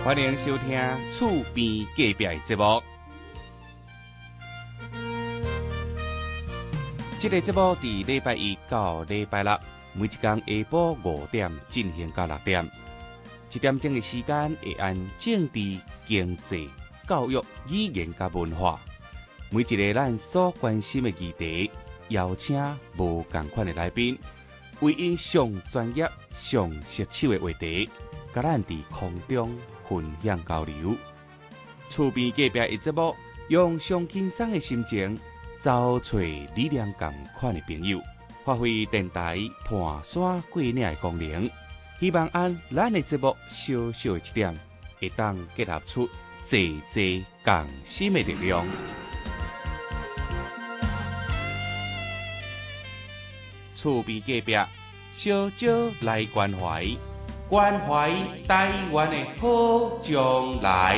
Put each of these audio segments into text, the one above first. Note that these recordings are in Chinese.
欢迎收听《厝边隔壁》的节目。这个节目伫礼拜一到礼拜六，每一天下晡5点进行到6点。1点钟的时间会按政治、经济、教育、语言甲文化，每一个咱所关心的议题，邀请无同款的来宾，为因上专业、上实手的话题，甲咱伫空中分享交流。厝边隔壁的节目，用上轻松的心情，找找理念同款的朋友，发挥电台盘山过岭的功能。希望按咱的节目小小的一点，会当结合出济济共心的力量。厝边隔壁，小少来关怀，关怀台湾的好将来。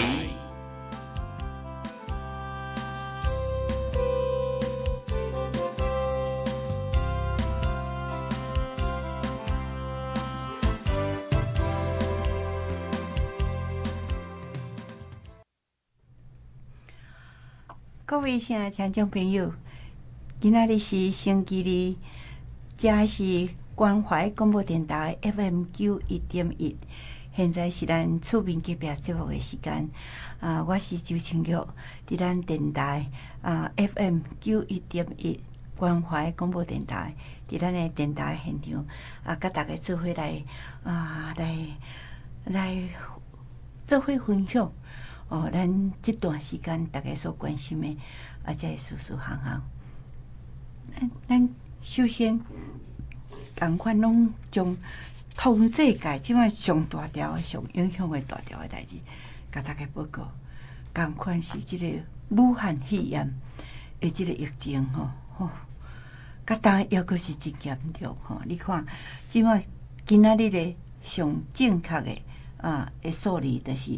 各位亲爱的听众朋友，今仔日是星期日，这是关怀广播电台 FM 91.1，现在是咱厝边隔壁节目的时间。我是周清玉，伫咱电台FM 91.1关怀广播电台，伫咱的电台现场甲大家做伙来做伙分享。咱这段时间大家所关心的这事事行行，咱首先同款拢将通世界即摆上大条的、上影响的大条的代志，甲大家报告。同款是即个武汉肺炎的即个疫情甲当然抑阁是真严重你看，即摆今仔日的上正确的的数字就是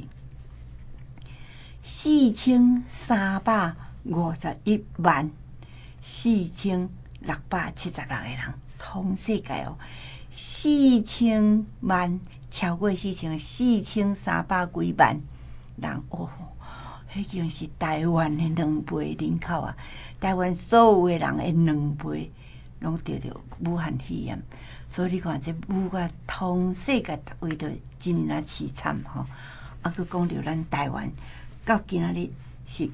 43514676个人，通世界4000万超过4300几万人迄已经是台湾的2倍人口啊！台湾所有的人的2倍拢得到武汉肺炎，所以你看这武汉通世界逐位都真啊凄惨佫讲到咱台湾。到今仔日是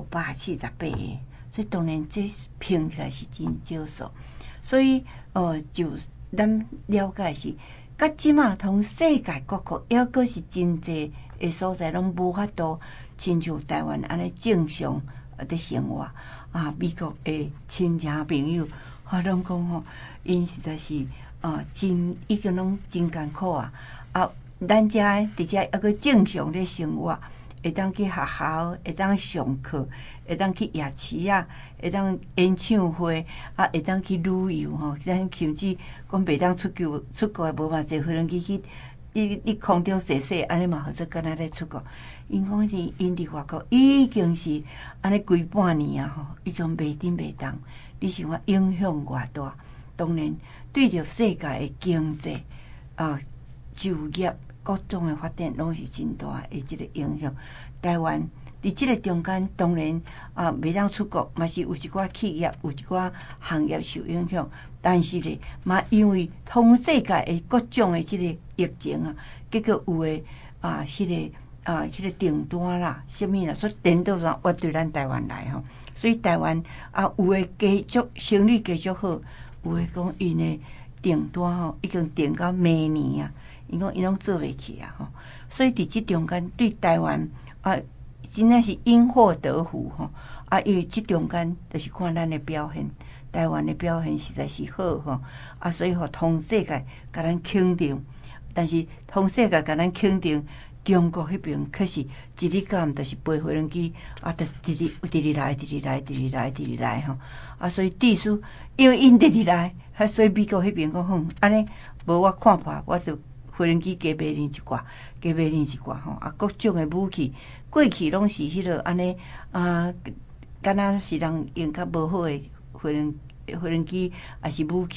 578个，所以当然这拼起来是真少数。所以就咱了解是，到即马同世界各国抑阁是真侪的所在拢无法度亲像台湾安尼正常的生活美国的亲戚朋友拢讲因实在是真已经拢真艰苦咱遮伫遮抑阁正常咧生活。会当去学校，会当上课，会当去夜市会当演唱会会当去旅游咱甚至讲袂当出国无嘛，坐飞轮机去你空中踅踅，安尼嘛，或者敢若咧出国。因讲因伫外国已经是安尼规半年已经袂顶袂当。你想看影响偌大？当然对着世界的经济就业。各种的发展拢是真大的即个影响。台湾伫即个中间，当然袂当出国，嘛是有一寡企业、有一寡行业受影响。但是咧，嘛因为通世界的各种的即个疫情结果有的迄个订单啦、什么啦，所以订到上挖对咱台湾来所以台湾有的继续生意继续好，有的讲因的订单已经订到明年因讲因拢做袂起所以伫即中间对台湾真正是因祸得福因为即中间就是看咱的表现，台湾的表现实在是好所以通世界甲咱肯定，但是通世界甲咱肯定，中国迄边确实一日到晚就是飞飞轮机就直来所以地书因为因直来，所以美国迄边讲安尼无我看破，我就飞轮机加买恁一挂，各种的武器，过去拢是迄落安尼敢若是人用较无好的飞轮机，也是武器，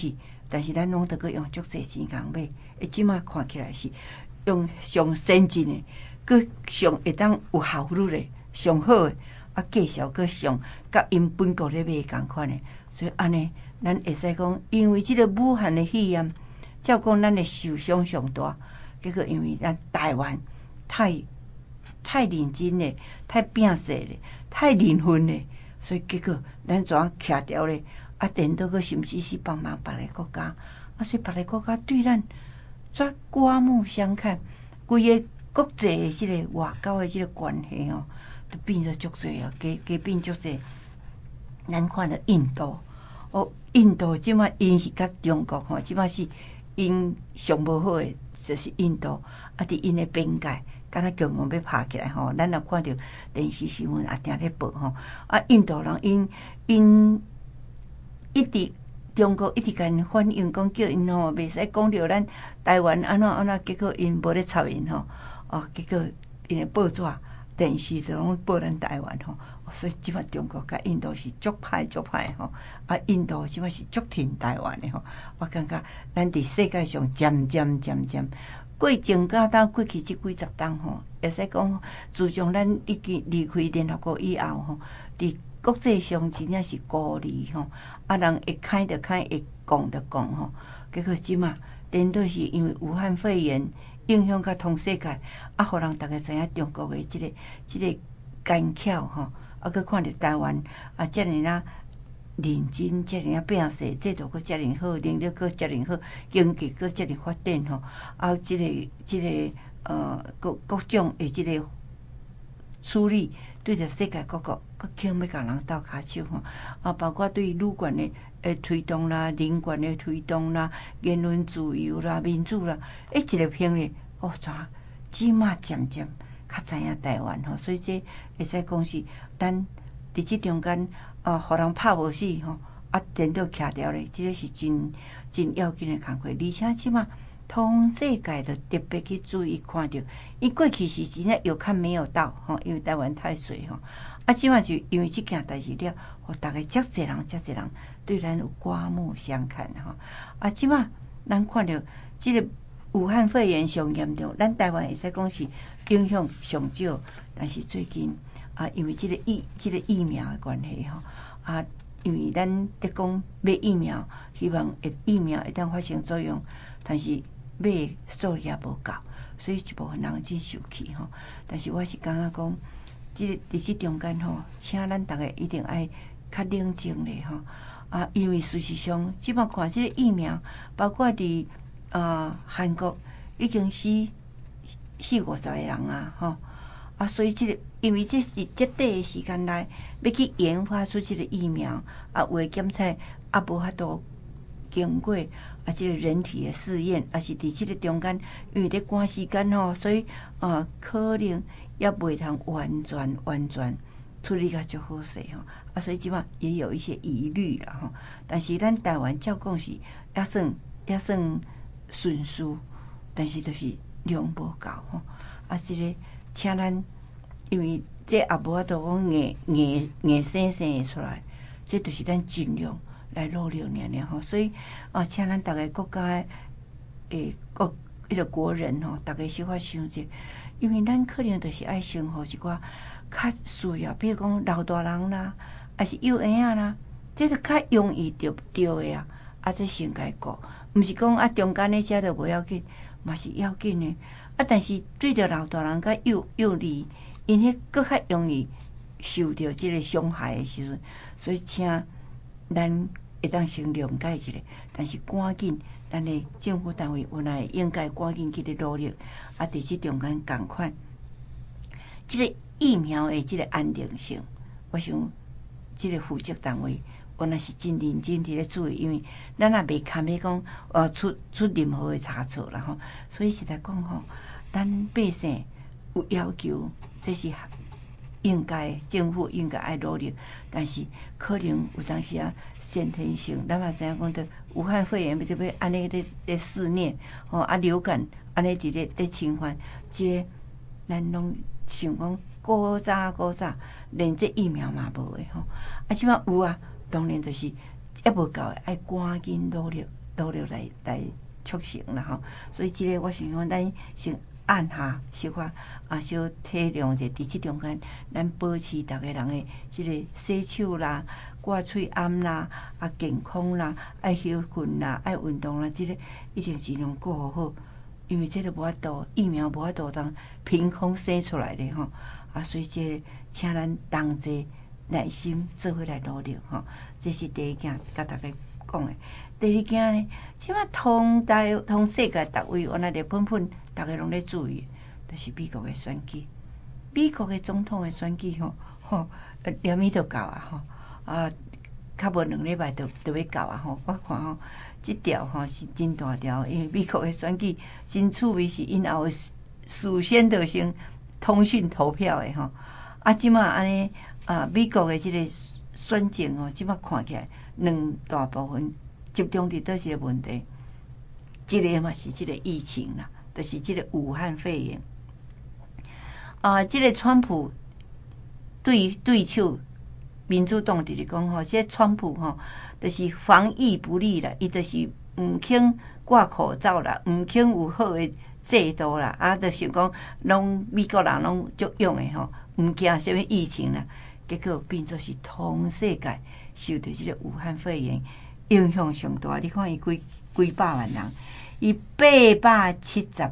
但是咱拢得个用足济钱共买，即马看起来是用上先进的，佮上会当有效率的，上好的，介绍佮上甲因本国咧买共款的，所以安尼咱会使讲，因为即个武汉的肺炎，照讲咱的受伤上大，结果因为咱台湾太认真咧，太拼死咧，太认份咧，所以结果咱怎徛条咧？颠倒个甚至是帮忙别个国家，所以别个国家对咱怎刮目相看，规个国际的即个外交的即个关系哦，都变做足济啊，加变足济。咱看到印度，印度即马因是甲中国吼，即马是因上无好的，就是印度伫因的边界。敢若强要拍起来吼，咱若看到电视新闻也定咧报吼，印度人因一直中国一直甲因反映讲，叫因吼袂使讲着咱台湾安怎，结果因无咧插因吼，结果因的报纸、电视都拢报咱台湾吼，所以即摆中国甲印度是足歹吼，印度即摆是足挺台湾的吼，我感觉咱伫世界上渐过前甲到过去即几十冬吼，会使讲自从咱已经离开联合国以后吼，伫国际上真正是孤立吼，人会开就开，会讲就讲吼。结果即马颠倒是因为武汉肺炎影响到通世界，互人逐个知影中国的即个奸巧吼，佮看着台湾遮尔啊认真，遮尔啊拼死，制度佮遮尔好，能力佮遮尔好，经济佮遮尔发展吼，即个各种的即个处理，对着世界各国，佮强要甲人斗骹手吼，包括对女权的推动啦，人权的推动啦，言论自由啦，民主啦，一个平咧，即马渐渐较知影台湾吼，所以这会使讲是咱伫即中间互人拍无死吼，颠倒徛条咧，即个是真要紧的工课，而且即马通世界就特别去注意看着，伊过去是真正有看没有到吼，因为台湾太水吼，即马就因为即件代志了，互逐个遮济人对咱有刮目相看吼，即马咱看着即个武汉肺炎上严重，咱台湾会使讲是影响上少，但是最近因为即个疫苗的关系吼，因为咱伫讲买疫苗，希望疫苗会当发生作用，但是买数也无够，所以一部分人真受气吼。但是我是感觉讲，伫即中间吼，请咱逐个一定爱较冷静咧吼。因为事实上，即摆看即个疫苗，包括伫韩国已经40-50个人吼。所以因为这是这短的时间内要去研发出这个疫苗，为检测无法度经过这个人体的试验，是伫这个中间，因为咧赶时间吼，所以可能也袂通完全处理甲足好势吼，所以即摆也有一些疑虑啦吼。但是咱台湾照讲是也算顺速，但是就是量无够吼，这个请咱，因为这也无法度讲硬生的出来，这就是咱尽量来努力尔吼。所以请咱逐个国家的国人吼，逐个小可想者，因为咱可能就是爱生活一寡较需要，比如讲老大人啦，还是幼婴仔啦，这就较容易着的啊。这先该顾，毋是讲中间那些都无要紧，嘛是要紧的。但是对着老大人甲幼儿，因迄搁较容易受到即个伤害的时阵，所以请咱会当先谅解一下。但是赶紧，咱的政府单位原来应该赶紧去咧努力，伫即中间共款，即个疫苗的即个安定性，我想即个负责单位原来是真认真伫咧注意，因为咱也袂堪咧讲出任何的差错啦吼。所以实在讲吼，咱百姓有要求，这是应该政府应该爱努力，但是可能有当时先天性，咱嘛知影讲的武汉肺炎要安尼咧肆虐流感安尼伫咧侵犯，即个咱拢想讲古早连这疫苗嘛无诶吼，即摆有啊。当然就是也无够的，爱赶紧努力， 努力来促成啦吼。所以即个我想讲，咱先按下小可小体谅者，伫即中间，咱保持逐个人的即个洗手啦、挂喙暗啦、健康啦、爱休困啦、爱运动啦，即个一定尽量顾好。因为这个无法度，疫苗无法度当凭空生出来的吼，所以这请咱同齐耐心做伙来努力吼，这是第一件甲大家讲的。第二件呢，即摆通世界逐位原来咧喷喷，大家拢咧注意，就是美国的选举，美国的总统的选举吼，连伊就到啊较无2礼拜就要到吼，我看吼。即条吼是真大条，因为美国的选举真趣味，是因后事先就先通讯投票的吼。即马安尼美国的即个选情即马看起来2大部分集中伫倒是个问题，一个嘛是即个疫情啦，就是即个武汉肺炎。即个川普对手。民主党直直讲吼，即川普吼，就是防疫不力啦，伊就是毋肯挂口罩啦，毋肯有好诶制度啦，就是讲拢美国人拢足勇诶吼，毋惊啥物疫情啦，结果变做是全世界受到即个武汉肺炎影响上大。你看伊几百万人，伊870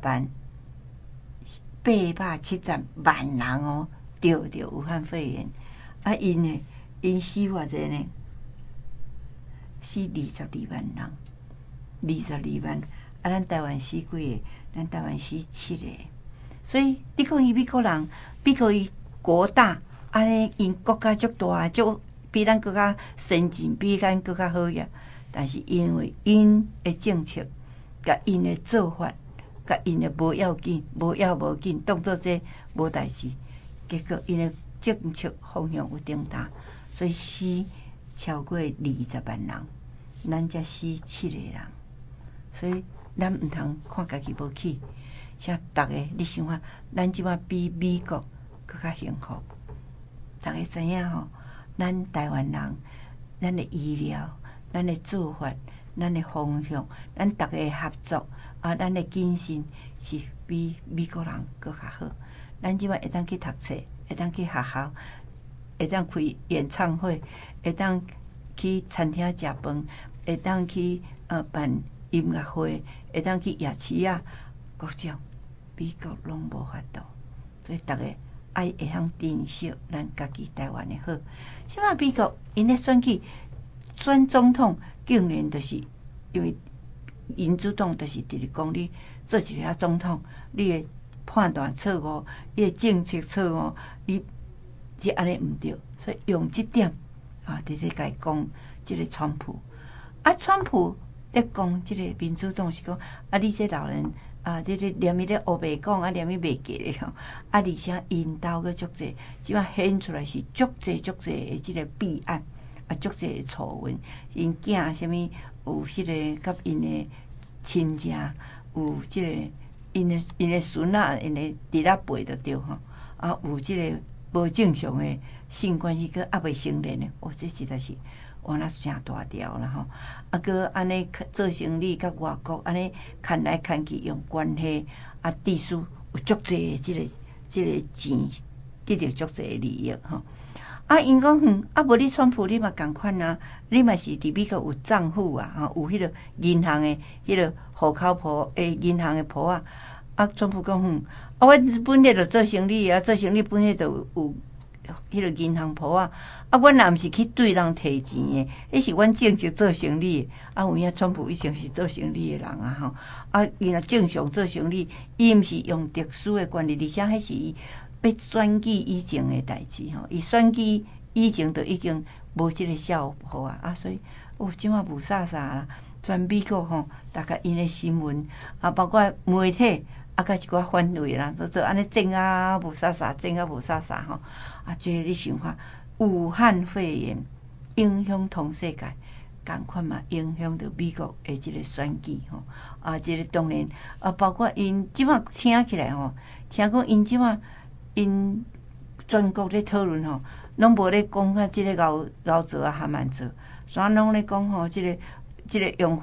万人哦，得着武汉肺炎，因呢？因死偌济呢？死22万人，22万。咱台湾死几个？咱台湾死7个。所以你讲伊美国人，美国伊国大，安尼因国家足大，足比咱国家先进，比咱国家好呀。但是因为因的政策，甲因的做法，甲因的无要紧，无紧，当作这无代志，结果因的政策方向有重大。所以死超过20万人，咱才死7个人，所以咱毋通看家己无起，请逐个你想看，咱即摆比美国更较幸福。逐个知影吼，咱台湾人，咱的医疗、咱的做法、咱的方向、咱逐个合作咱的精神是比美国人更较好。咱即摆会当去读册，会当去学校。会当开演唱会，会当去餐厅食饭，会当去办音乐会，会当去夜市各种美国拢无法度，所以逐个爱会晓珍惜咱家己台湾的好。即摆美国因咧选总统，竟然就是因为民主党就是直直讲你做一个总统，你的判断错误，你的政策错误，你。即安尼毋对，所以用即点直直甲伊讲，即个川普川普咧讲，即个民主党是讲你这老人你咧连伊咧黑白讲连伊袂记咧吼而且因兜个足济，即摆显出来是足济的即个弊案足济的丑闻，因囝啥物有迄个甲因的亲戚有即个因的孙因的伫咧陪着着吼有即个。无正常的性关系，佮未成年的，这实在是哇那真大条啦吼。佮安尼做生意，佮外国安尼牵来牵去用关系地数有足济的即个钱，得到足济的利益吼。因讲无你川普你嘛共款啊，你嘛是伫美国有账户有迄个银行的迄个户口簿银行的簿川普讲我本来就做生意做生意本来就有迄个银行簿阮若毋是去对人摕钱的，迄是阮正式做生意的有影川普以前是做生意的人吼伊若正常做生意，伊毋是用特殊的权利，而且迄是伊要选举以前的代志吼，伊选举以前就已经无即个效果所以即马无啥啦，全美国吼，大概因的新闻包括媒体。甲一寡反对啦，都安尼整无啥整无啥吼即个你想看，武汉肺炎影响全世界，共款嘛影响着美国的即个选举吼即个当然包括因即马听起来吼，听讲因即马因全国咧讨论吼，拢无咧讲即个熬做和慢做，所以拢咧讲吼，即个用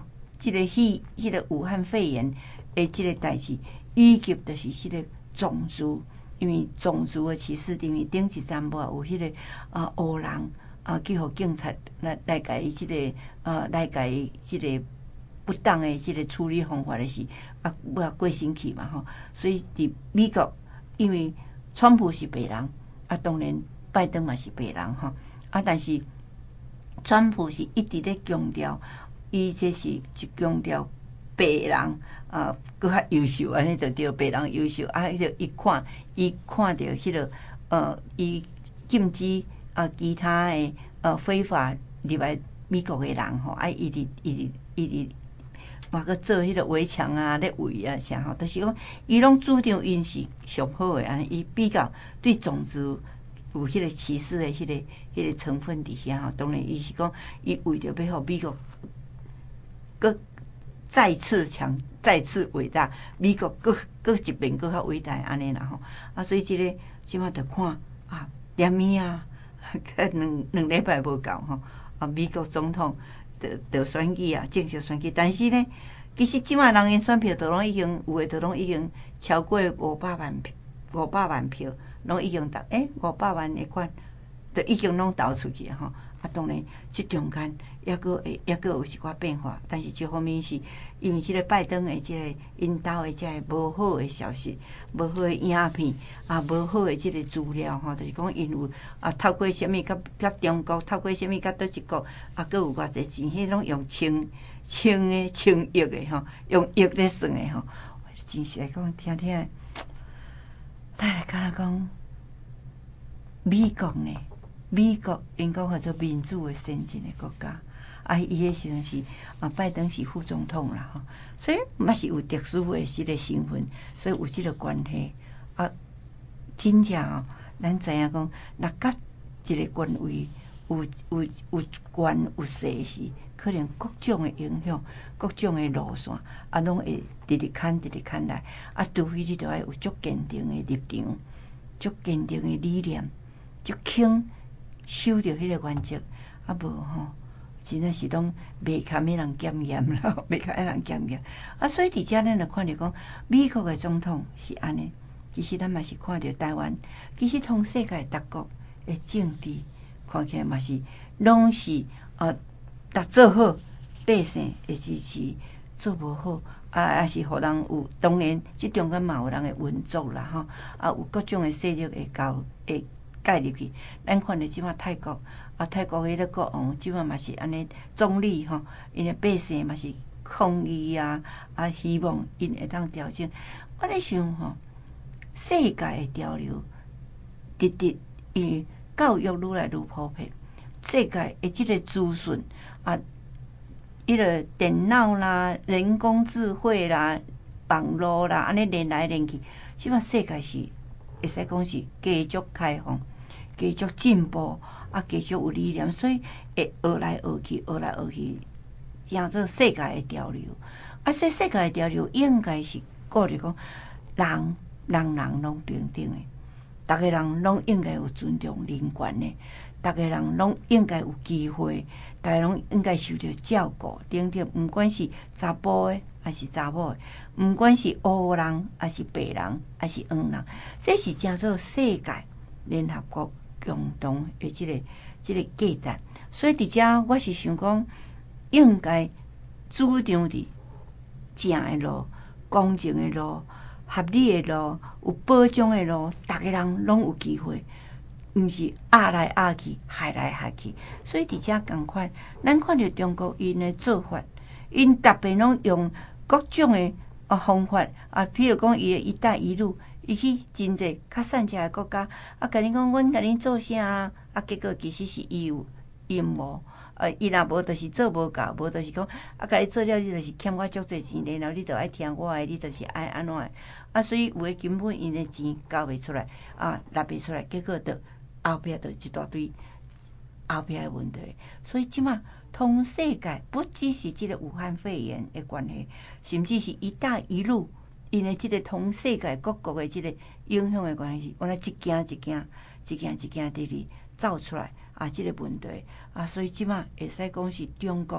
即个武汉肺炎的即个代志，以及就是即个种族，因为种族的歧视，因为顶一站无有迄个黑人去互警察来甲伊即个来甲伊即个不当的即个处理方法的是要过身去嘛吼，所以伫美国，因为川普是白人当然拜登嘛是白人吼但是川普是一直咧强调，伊这是一强调白人搁较优秀，安尼就对白人优秀伊看到迄个伊禁止其他的非法入来美国的人吼伊直嘛个做迄个围墙咧围啥吼，就是讲伊拢主张因是上好的，安尼伊比较对种族有迄个歧视的迄个成分伫遐吼。当然，伊是讲伊为着要互美国搁再次伟大，美国搁一遍搁较伟大安尼啦吼所以即马着看连米两礼拜无够吼美国总统就选举正式选举，但是呢，其实即马人因选票都拢已经有诶，都拢已经超过500万票，拢已经达500万的款，都已经拢投出去吼当然，即中间抑个有一寡变化，但是一方面是因为即个拜登的即个因兜的即个无好的消息、无好的影片无好的即个资料就是讲因有透过啥物甲中国，透过啥物甲倒一国佫有偌济钱，迄种用千亿的用亿咧算的真实来讲听，咱来敢若讲美国呢？美国因讲叫做民主的先进的国家，伊迄时阵是拜登是副总统啦所以嘛是有特殊的即个身份，所以有即个关系真正咱知影讲，若甲一个官位有权有势时，可能各种的影响、各种的路线拢会直看来除非你着爱有足坚定的立场、足坚定的理念、足肯守着迄个原则无真正是拢袂堪迄人检验啦，袂堪迄人检验所以伫遮咱就看着讲，美国的总统是安尼，其实咱嘛是看着台湾，其实通世界各国的政治看起来嘛是拢是达做好，百姓会支持；做无好也是互人有，当然即中间嘛有人会运作啦有各种的势力会介入去，咱看着即马泰国泰国迄个国王即马嘛是安尼总理因的百姓嘛是抗议希望因会当调整。我咧想世界的潮流直因为教育愈来愈普遍，世界的即个资讯迄个电脑啦、人工智慧啦、网络啦，安尼连来连去，即马世界是会使讲是加速开放。继续进步继续有理念，所以会学来学去，成做世界的潮流所以世界的潮流应该是鼓励讲人拢平等的，逐个人拢应该有尊重人权的，逐个人拢应该有机会，逐个拢应该受到照顾等等，毋管是查甫的还是查某的，毋管是黑人还是白人还是黄人，这是成做世界联合国共同的即个价值，所以伫遮我是想讲，应该主张伫正的路、公正的路、合理的路、有保障的路，逐个人拢有机会，毋是压来压去、害来害去。所以伫遮共款，咱看到中国因的做法，因逐遍拢用各种的方法譬如讲伊的一带一路。伊去真济较善食的国家甲你讲，阮甲你做啥结果其实是伊有阴谋伊若无就是做无够，无就是讲甲你做了，你就是欠我足济钱，然后你就爱听我的，你就是爱安怎的所以有诶根本因的钱交袂出来纳袂出来，结果就后壁就一大堆后壁的问题。所以即马通世界不只是即个武汉肺炎的关系，甚至是一带一路。因为即个同世界各国的即个影响的关系，我来一件直直走出来即个问题所以即马会使讲是中国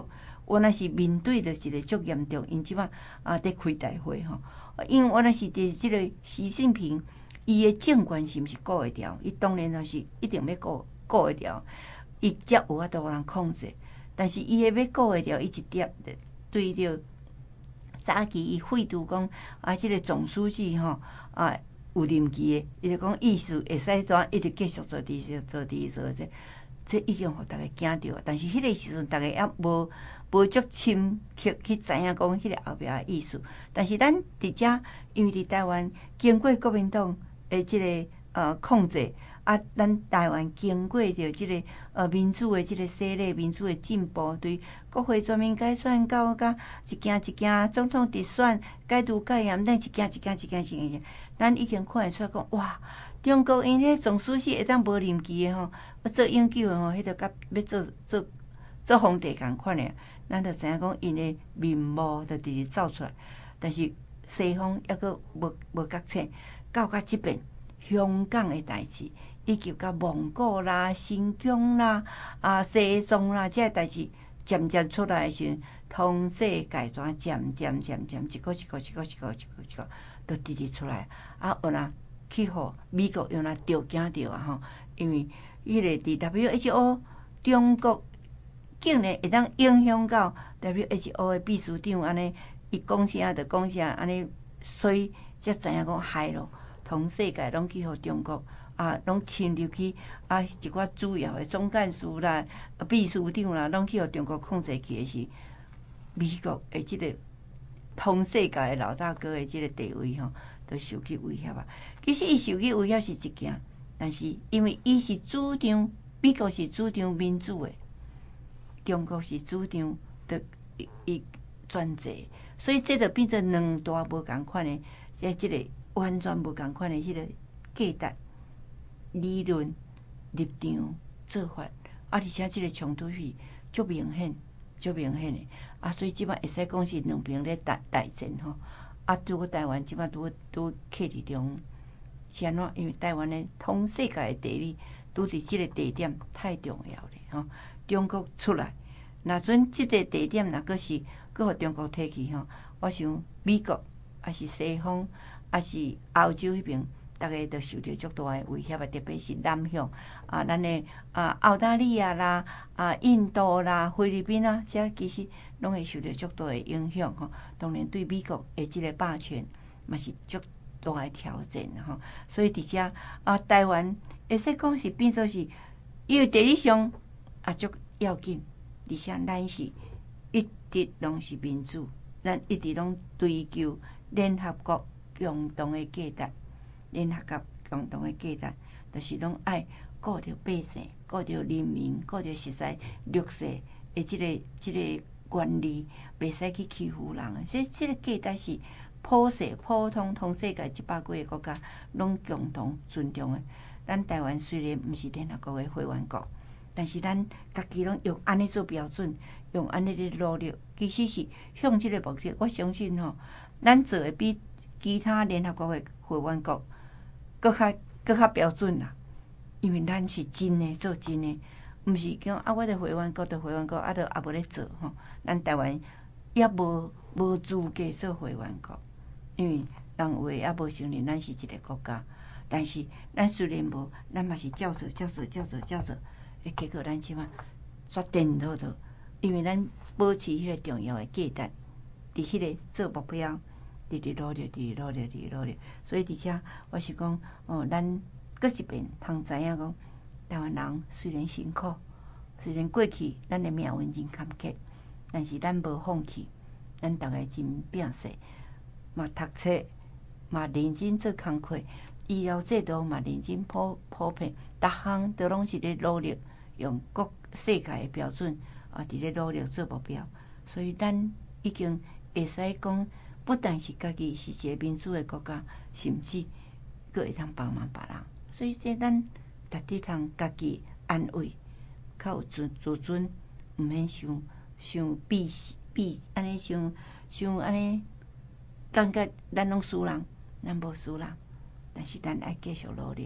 我若是面对着一个足严重，因即摆伫开大会吼，因为我若是伫即个习近平，伊的政权是毋是顾会牢？伊当然是一定要顾会牢，伊才有法度互人控制。但是伊会要顾会牢，伊一点对着早期伊废除讲即个总书记吼有任期的，伊就讲意思会使怎一直继续做这已经互大家惊着。但是迄个时阵，大家也无足深刻去知影讲迄个后壁的意思。但是咱伫遮，因为伫台湾经过国民党的即个控制，咱台湾经过着即个民主的即个洗礼，民主的进步，对国会全面改选到甲一件一件总统直选改拄改严，咱一件，咱已经看会出来讲哇。中国因迄总书记会当无任期的吼，做永久的吼，迄个甲要做皇帝共款的，咱就知影讲因的面目就直直走出来。但是西方抑阁无觉醒，到即边香港的代志，以及甲蒙古啦、新疆啦、西藏啦，这代志渐渐出来的时阵，通世界怎渐一个，都直直出来，有哪？去互美国用来着惊着吼，因为迄个伫 WHO 中国竟然会当影响到 WHO 的秘书长安尼，伊讲啥就讲啥安尼，所以才知影讲害咯，同世界拢去互中国拢侵入去一寡主要的总干事啦、秘书长啦，拢去互中国控制起的是美国的即个同世界的老大哥的即个地位吼。都受去威胁啊！其实伊受去威胁是一件，但是因为伊是主张美国是主张民主的，中国是主张的伊专制，所以这就变成两大无共款的，即个完全无共款的迄个价值、理论、立场、做法，而且即个冲突是足明显的所以即摆会使讲是两边咧大战吼。拄个台湾即摆拄克伫中，是安怎？因为台湾的通世界的地理，拄伫即个地点太重要了吼。中国出来，若阵即个地点若阁是阁互中国摕去吼，我想美国还是西方，还是欧洲迄边，逐个都受着足大的威胁特别是南向咱的澳大利亚啦、印度啦、菲律宾啊，这其实拢会受到足大的影响吼。当然对美国的即个霸权嘛是足大的挑战吼。所以伫遮台湾会使讲是变做是，因为地理上足要紧，而且咱是一直拢是民主，咱一直拢追求联合国共同的价值。联合国共同的价值，就是拢爱顾着百姓、顾着人民、顾着实在绿色的即个原理，袂使去欺负人的。所以即个价值是普通同世界100几个国家拢共同尊重的。咱台湾虽然毋是联合国的会员国，但是咱家己拢用安尼做标准，用安尼的努力，其实是向即个目的。我相信吼，咱做的比其他联合国的会员国搁较标准啦，因为咱是真诶做真诶，毋是讲我的会员国就会员国就也无咧做吼。咱台湾也无资格做会员国，因为人话也无承认咱是一个国家。但是咱虽然无，咱嘛是照做，诶，结果咱即马决定好多，因为咱保持迄个重要诶价值，伫迄个做目标。直直努力，所以伫遮我是讲，咱搁一遍通知影讲，台湾人虽然辛苦，虽然过去咱的命运真坎坷，但是咱无放弃，咱逐个真拼势，嘛读册，嘛认真做工课，医疗制度嘛认真普遍，逐项都拢是咧努力，用各世界的标准伫咧努力做目标，所以咱已经会使讲。不但是家己是一个民主的国家，甚至佫会通帮忙别人，所以说咱逐日通家己安慰，较有自尊，毋免伤安尼伤安尼，感觉咱拢输人，咱无输人，但是咱爱继续努力，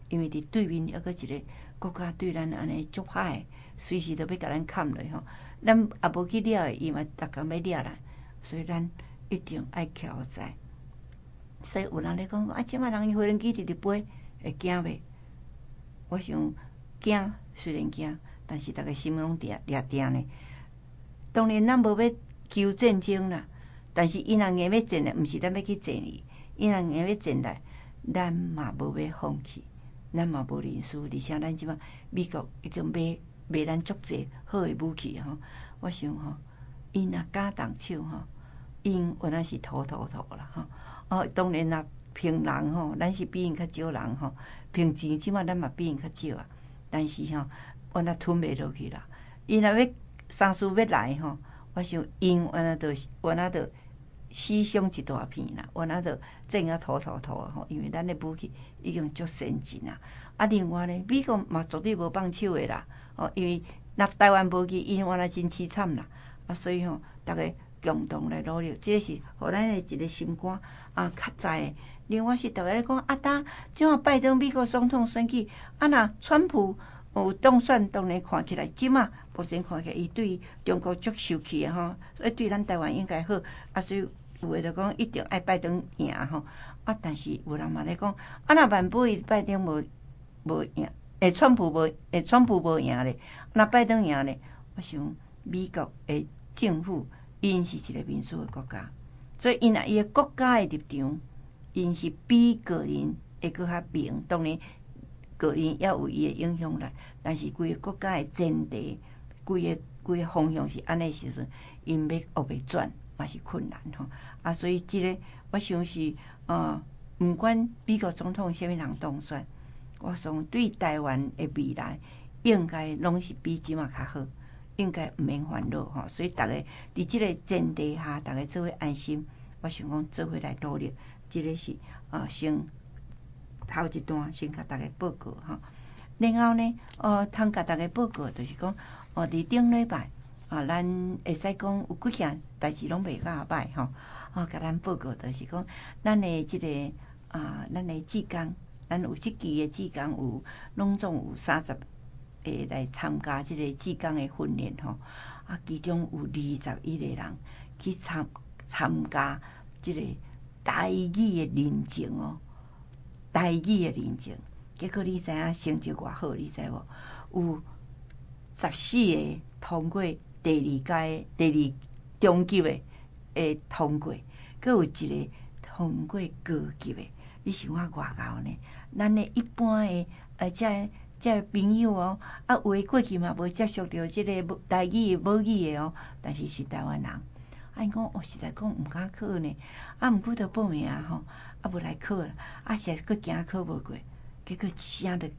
因为伫对面抑个一个国家对咱安尼足歹，随时都要甲咱砍落吼。咱也无去掠的，伊嘛逐工要掠咱，所以咱一定爱徛在。所以有人咧讲啊，即摆人伊无人机直直飞，会惊袂？我想惊虽然惊，但是逐个心拢掠定呢。当然咱无要求战争啦，但是伊若硬要战来，毋是咱要去战伊。伊若硬要战来，咱嘛无要放弃，咱嘛无认输。而且咱即摆美国已经买咱足济好诶武器吼。我想吼，因若敢动手吼，因原来是妥啦吼。哦，当然啦，凭人吼，咱是比因较少人吼。凭钱即摆咱嘛比因较少啊。但是吼，原来吞袂落去啦。因若要三思要来吼，我想因原来着死伤一大片啦，原来着战啊妥啊吼。因为咱的武器已经足先进啦。啊，另外呢，美国嘛绝对无放手的啦。哦，因为若台湾无去，因原来真凄惨啦。啊，所以吼，大家共同来努力，这是互咱的一个心肝啊较在的。另外是大家咧讲啊，当即马拜登美国总统选举，啊若川普有当选，当然看起来即马目前看起来伊对中国足受气的吼，所以对咱台湾应该好。啊，所以有诶就讲一定爱拜登赢吼。啊，但是有人嘛咧讲，啊若万不伊拜登无赢，川普无赢咧，若拜登赢咧，我想美国诶政府。因是一个民主的国家，所以因伊个国家的立场，因是比个人会搁较明。当然，个人也有伊的影响力，但是规个国家的前提，规个方向是安尼时阵，因要学袂转嘛是困难吼。啊，所以即个我想是毋管美国总统啥物人当选，我想对台湾的未来应该拢是比即马较好。应该毋免烦恼吼，所以大家伫即个前提下，大家做伙安心。我想讲做伙来努力，即个是先头一段先甲大家报告吼。然后呢，通甲大家报告就是讲，伫顶礼拜咱会使讲有几件代志拢袂甲歹吼。甲咱报告就是讲，咱的即个咱的志工，咱有即期的志工有拢总有30。来参加即个志工的训练吼，其中有21个人去参加即个台语的认证哦，台语的认证。结果你知影成绩偌好，你知无？有14个通过第2中级的通过，佮有一个通过高级的。你想看偌高呢？咱的一般的即朋友哦，有诶过去嘛无接触到即个台语母语诶哦，但是是台湾人。因讲实在讲毋敢考呢，毋过着报名吼，无来考啦，实在佫惊考无过，结果一声着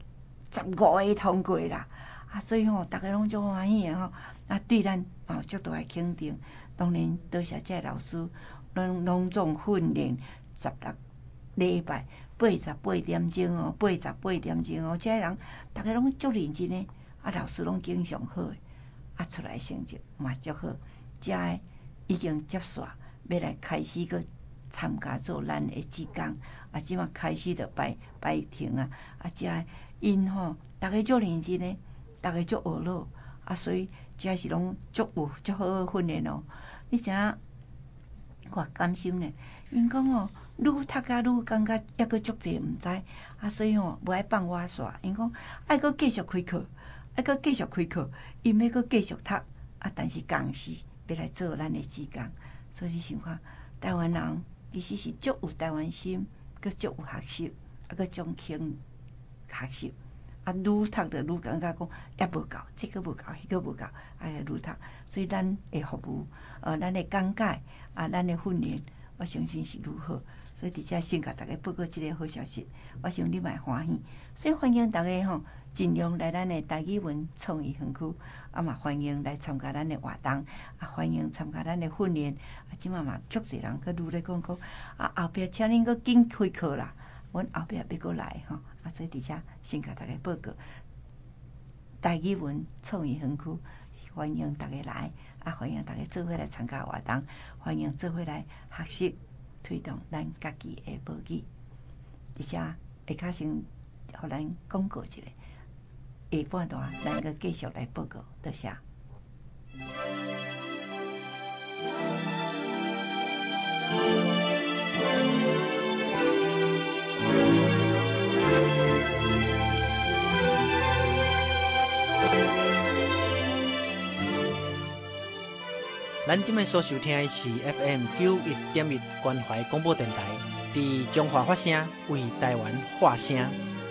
15个通过啦。所以逐个拢足欢喜诶吼，对咱足大诶肯定。当然多谢遮老师，拢总训练16礼拜。88点钟哦，88点钟哦，遮人逐个拢足认真诶，老师拢经常好诶，出来成绩嘛足好。遮个已经接煞，要来开始去参加做咱诶志工，即马开始着摆停啊，遮个因吼，逐个足认真诶，逐个足学老，所以遮是拢足好诶训练哦。你知影我甘心呢？因讲哦。愈读甲愈感觉抑阁足济毋知，所以无爱放我煞。因讲爱阁继续开课，因要阁继续读，但是同时要来做咱的志工。所以你想看，台湾人其实是足有台湾心，阁足有学习，阁钟情学习。愈读着愈感觉讲抑无够，这个无够，迄个无够，愈读。所以咱的服务，咱的讲解，咱的训练，我相信是愈好。所以伫遮先甲大家报告即个好消息，我想你嘛会欢喜。所以欢迎大家吼，尽量来咱的台语文创意园区，嘛欢迎来参加咱的活动，欢迎参加咱的训练。即嘛嘛足侪人佮愈咧讲讲，后壁请恁佮紧开课啦，阮后壁要佮来吼。所以伫遮先甲大家报告台语文创意园区，欢迎大家来，欢迎大家做伙来参加活动，欢迎做伙来学习。推动咱家己的母语，而且会较先互咱广告一下，下半段咱个继续来报告，多谢。 咱今麦所收听的是 FM 91.1关怀广播电台，伫中华发声，为台湾发声。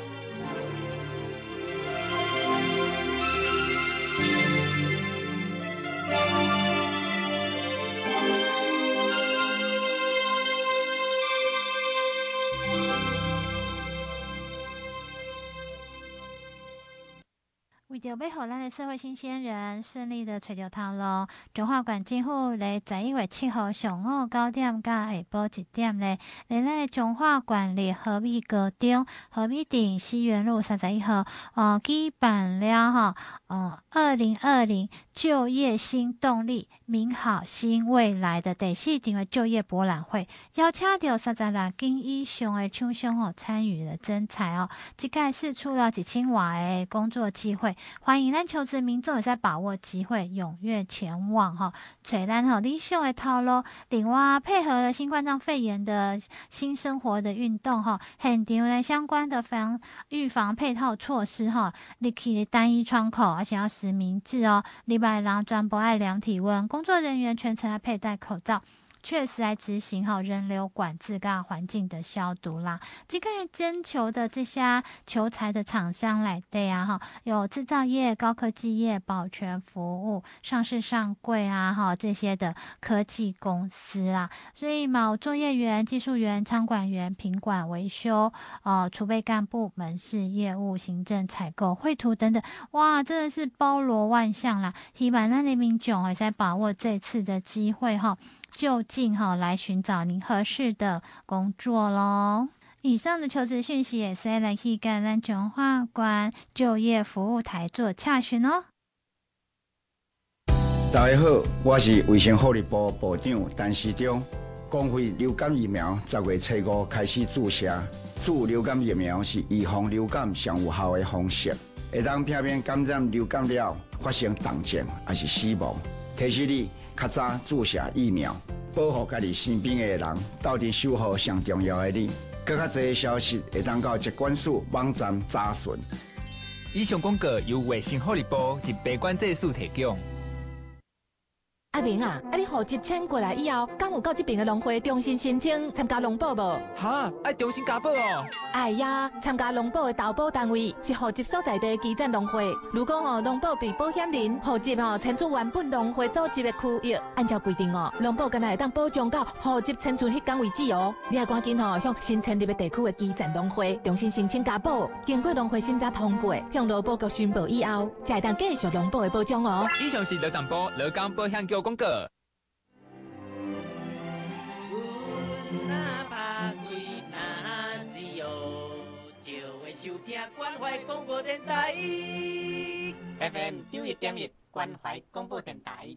为着要互咱的社会新鲜人顺利的找到头路，中华县政府咧11月7号上午9点到下晡1点咧，在咱的中华县立和美高中和美町西园路31号举办了2020就业新动力美好新未来的第4场的就业博览会，邀请到36间以上的厂商参与了征才哦，这届释出了1000多的工作机会。欢迎咱求职民众也在把握机会，踊跃前往找咱理想的头路。另外，配合了新冠状肺炎的新生活的运动现场的相关的预防配套措施你可以单一窗口，而且要实名制哦。礼拜六全部爱量体温，工作人员全程要佩戴口罩。确实来执行人流管制跟环境的消毒啦。这个征求的这些求才的厂商来对啊有制造业、高科技业、保全服务、上市上柜啊这些的科技公司啦。所以有作业员、技术员、仓管员、品管、维修、储备干部、门市业务、行政、采购、绘图等等，哇，真的是包罗万象啦。希望咱的民众也在把握这次的机会就近来寻找您合适的工作咯。以上的求职讯息也是来去跟咱中华县就业服务台做洽询哦。 大家好，我是卫生福利部部长陈时中。公费流感疫苗10月初5开始注射，注流感疫苗是预防流感上有效的方式，会当避免感染流感了发生重症还是死亡。提示你较早注射疫苗，保护家己身边的人，斗阵守护上重要的你。更较侪消息会当到疾管署网站查询。 以上广告由卫生福利部及疾管制署提供。 阿明啊，你户籍迁过来以后，敢有到这边的农会重新申请参加农保无？ 哈，爱重新加保哦。 哎呀，参加农保的投保单位是户籍所在地基层农会。如果农保被保险人户籍迁出原本农会组织的区域，按照规定农保敢若会当保障到户籍迁出迄天为止哦。你要赶紧向新成立的地区的基层农会重新申请加保，经过农会审查通过，向劳保局申报以后，才会当继续农保的保障哦。 以上是劳动部劳工保险局广告。 收听关怀广播电台 FM 91.1关怀广播电台。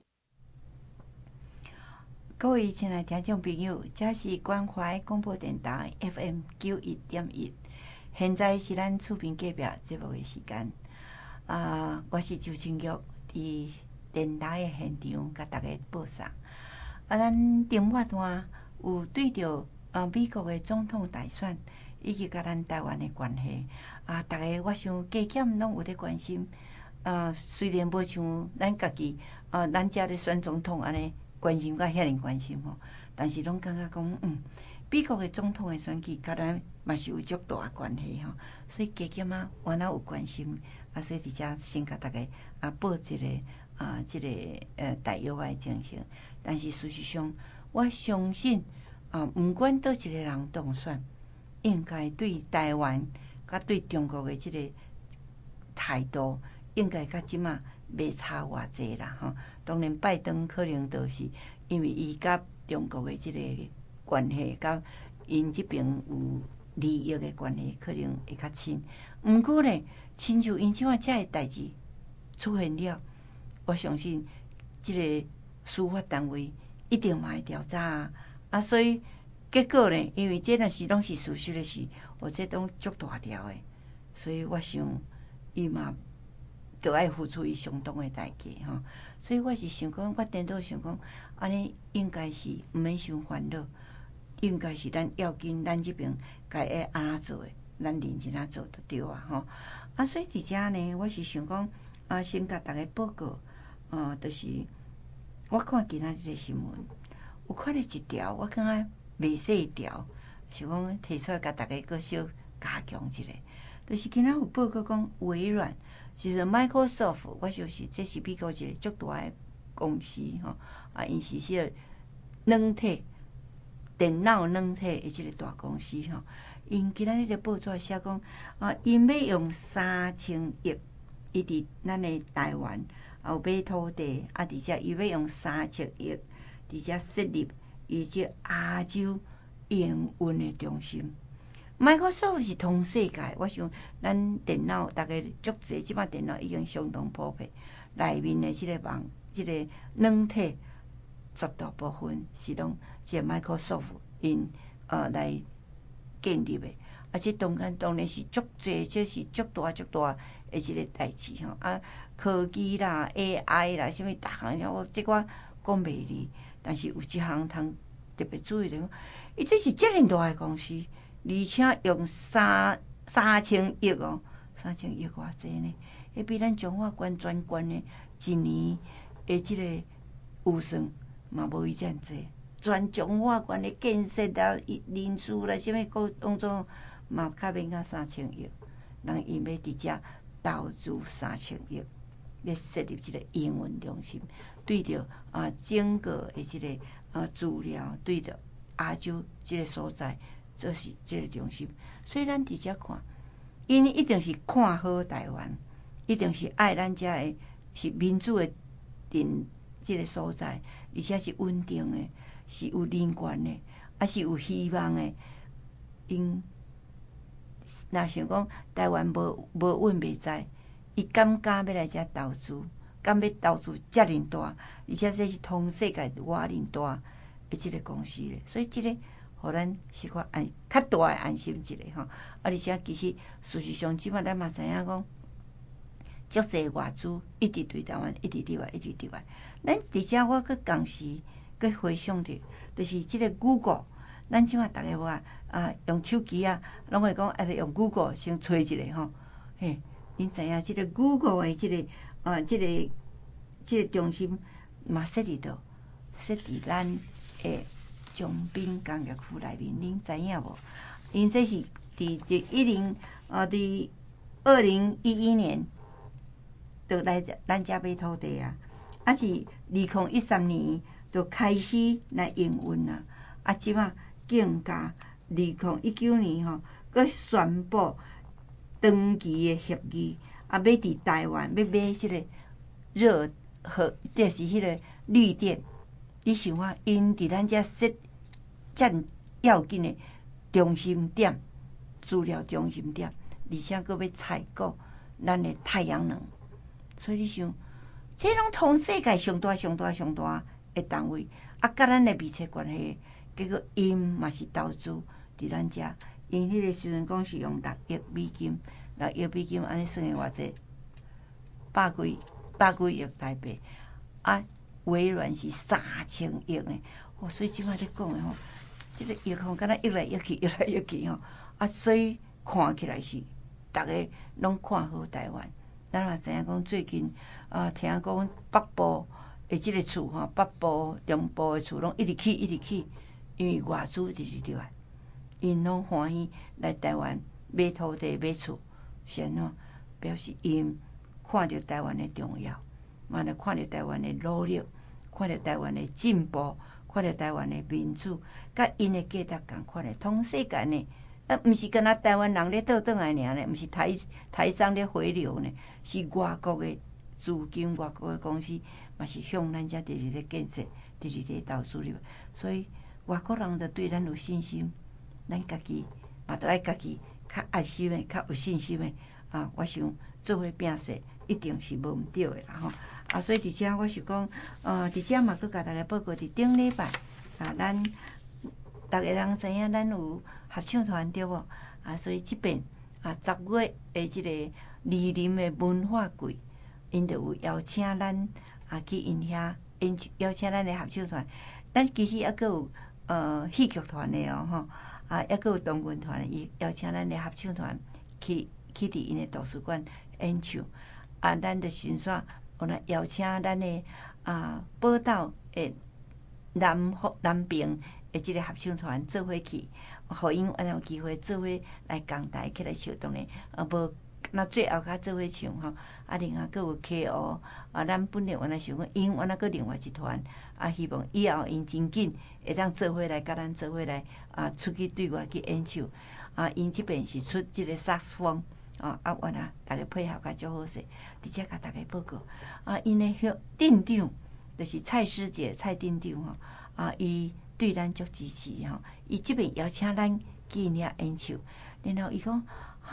各位亲爱的听众朋友，这是关怀广播电台 FM 91.1。现在是咱厝边隔壁节目的时间。我是周清玉，伫电台的现场，甲大家报上。咱顶末段有对着美国的总统大选。以及甲咱台湾的关系大家我想加减拢有在关心虽然无像咱家己咱遮咧选总统安尼关心甲遐尼关心但是拢感觉讲美国的总统的选举甲咱嘛是有足大的关系所以加减我哪有关心所以伫遮先甲大家报一个即个大约的情形。但是事实上，我相信毋管倒一个人当选，应该对台湾甲对中国的即个态度，应该甲即马袂差偌济啦当然，拜登可能就是因为伊甲中国的即个关系，甲因即边有利益的关系，可能会较亲。毋过呢，亲像因即款遮个代志出现了，我相信即个司法单位一定嘛会调查所以。结果呢？因为这若是拢是事实的事，或者拢足大条的， 所以我想伊嘛着爱付出伊相当的代价吼。所以我是想讲，我颠倒想讲，安尼应该是毋免伤烦恼，应该是咱要紧，咱这边该爱安怎做的，咱认真啊做就对啊吼。啊，所以伫遮呢，我是想讲先甲大家报告，就是我看今仔日的新闻，有看到一条，我感觉袂细条，是讲提出来甲大家搁小加强一下。就是今仔有报告讲，微软就是 Microsoft， 我就是这是美国一个足大的公司吼，因是迄个软体电脑软体的即个大公司吼。因今仔日的报纸写讲因要用3000亿，伊伫咱的台湾有买土地，而且伊要用3000亿，伫遮设立伊即亚洲营运的中心。Microsoft 是通世界，我想咱电脑大家足济，即摆电脑已经相当普遍，内面的即个即个软体绝大部分是拢即 Microsoft 因来建立的，即中间当然是足济，这是足大的即个代志吼。科技啦、AI 啦，啥物逐项，即我讲袂离，但是有一项通特别注意的，伊这是遮尔大的公司。而且用3000亿哦，3000亿偌济呢？迄比咱中华关全关的一年的即个预算嘛无伊遮济。全中华关的建设啦、人数啦、啥物各种种嘛较免到3000亿。人因要伫遮投资3000亿，要设立即个营运中心，对着整个的即个资料，对着亚洲即个所在。这是这个中心，所以咱伫遮看，因一定是看好台湾，一定是爱咱遮的是民主的这个所在，而且是稳定的，是有人权的，是有希望的。因若想讲台湾无稳袂知，伊敢要来遮投资，敢要投资遮尔大，而且这是通世界偌尔大的即个公司咧，所以即个。互咱是较大的安心一个吼，而且其实事实上，即摆咱嘛知影讲，足济外资一直对台湾一直伫外。咱伫遮我佫同时佫回想着，就是即个 Google， 咱即摆逐个无用手机拢会讲用 Google 先找一下吼。嘿，恁知影即个 Google 的即个中心嘛设伫咱诶。中滨工业区内面，恁知影无？因这是伫2011年，就来咱遮买土地是2013年就开始来营运即马更加2019年吼，佮宣布长期的协议，要伫台湾要买即个热核，就是迄个绿电。你想看，因伫咱遮设遮要紧的中心点、资料中心点，而且佫要采购咱的太阳能，所以你想，这拢通世界上大的单位，甲咱的密切关系，结果因嘛是投资伫咱遮，因迄个时阵讲是用6亿美金，安尼算的偌济，100几亿台币微软是3000亿呢，所以即摆咧讲的吼，即个亿吼，敢若越来越去吼，所以看起来是逐个拢看好台湾。咱嘛知影讲最近听讲北部的即个厝吼，北部、中部的厝拢一直起，因为外资一直入来，因拢欢喜来台湾买土地、买厝，先吼表示因看到台湾的重要。嘛，来看到台湾的努力，看到台湾的进步，看到台湾的民主，甲因的价值共款的，通世界呢，毋是干那台湾人咧倒转来尔呢，毋是台商咧回流呢，是外国的资金、外国的公司，嘛是向咱遮直直咧建设、直直咧投资入，所以外国人就对咱有信心，咱家己嘛都爱家己较爱心的、较有信心的我想做伙拼势，一定是无毋对的啦吼。所以伫遮我是讲，伫遮嘛佫甲大家报告，伫顶礼拜咱逐个人知影咱有合唱团对无？所以即边 10月的即个梨林的文化季，因就有邀请咱去因遐邀请咱的合唱团。咱其实抑阁有戏剧团的吼，抑阁有童军团的，伊邀请咱的合唱团去伫因的图书馆演唱。咱的先煞有来邀请咱的宝岛的南平的即个合唱团做伙去，互因有机会做伙来共台起来唱。当然无那最后较做伙唱吼，另外阁有 K.O. 咱本来原来想讲，因原来阁另外一团，希望以后因真紧会当做伙来，甲咱做伙来出去对外去演唱。因即边是出即个萨克斯风，原来大家配合甲足好势，直接甲大家报告。因的店长就是蔡师姐蔡店长吼，伊对咱足支持吼，伊即边邀请咱去因遐演唱，然后伊讲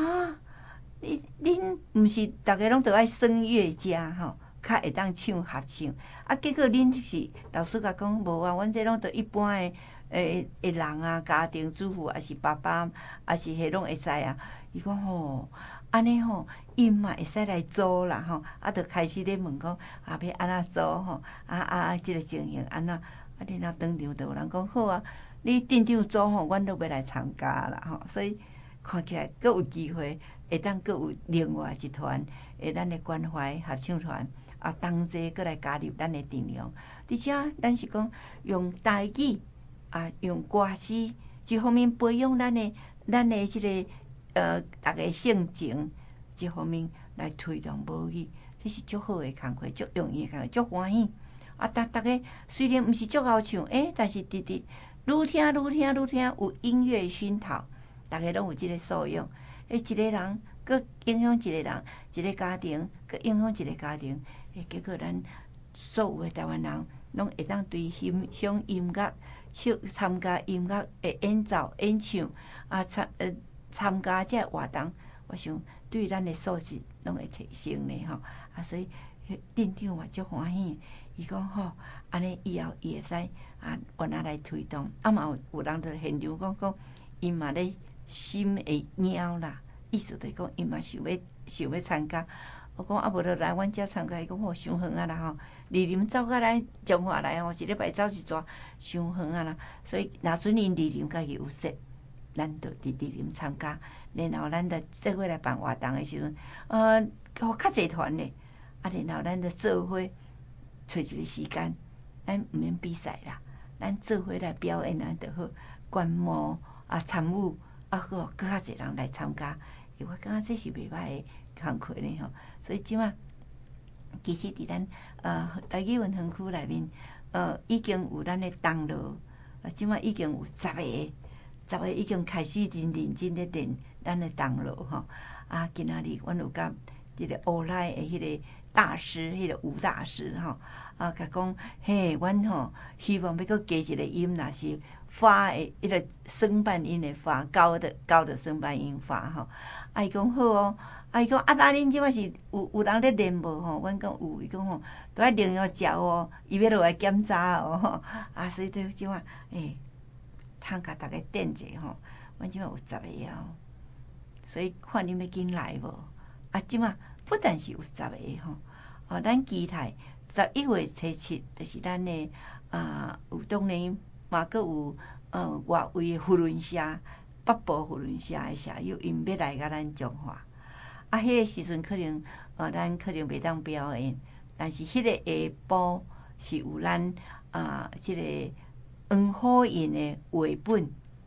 恁毋是逐个拢着爱声乐家吼，较会当唱合唱。结果恁是老师甲讲无阮这拢着一般的人家庭主妇，还是爸爸，还是迄拢会使啊。伊讲安尼因嘛会使来做啦吼，着开始咧问讲要安怎做吼，即个情形安怎？然后当场着有人讲好啊，你店长做吼，阮都要来参加啦吼，所以看起来阁有机会。会当阁有另外一团，咱的关怀合唱团同齐阁来加入咱的阵容。而且咱是讲用台语用歌诗，一方面培养咱的即个大家性情，一方面来推动母语，这是足好的工作，足容易的工作，足欢喜。大家虽然毋是足好唱，但是愈听有音乐熏陶，大家拢有即个素养。一个人，佮影响一个人，一个家庭，佮影响一个家庭。结果咱所有的台湾人，拢会当对欣赏音乐、参加音乐的演奏、演唱，参加这活动，我想对咱的素质拢会提升的吼。所以店长嘛足欢喜，伊讲安尼以后伊会使原来推动。嘛有人在现场讲，伊嘛咧。心会鸟啦，意思就是讲，伊嘛想要参加。我讲无就来阮遮参加。伊讲伤远啦吼，离林走过来中华来一礼拜走一逝，伤远啦。所以若准因离林家己有说，咱就伫离林参加，然后咱就做伙来办活动的时阵，互较济团咧，然后咱就做伙找一个时间，咱毋免比赛啦，咱做伙来表演就好，观摩参与。搁较侪人来参加，我感觉这是袂歹的工课呢吼。所以即马其实伫咱台语文园区内面，已经有咱的同乐，即马已经有10个已经开始真认真咧练咱的同乐吼。今仔日阮有甲迄个乌来的迄个大师，迄个吴大师吼，甲讲嘿，阮希望要搁加一个音，若是。发的迄个声伴音的发，高的声伴音发吼。伊讲好哦，伊讲恁即摆是有人咧练无吼？阮讲有，伊讲都爱练药食哦，伊要落来检查哦。所以对即摆通甲大家垫者吼，阮即摆有10个哦，所以看恁要紧来无？即摆不但是有10个吼，咱期待11月初7，就是咱的有当然。嘛，阁有外围的扶轮社、北部扶轮社的社友，因要来甲咱中华。迄个时阵可能咱可能袂当表演，但是迄个下晡是有咱即个黄虎印的画本，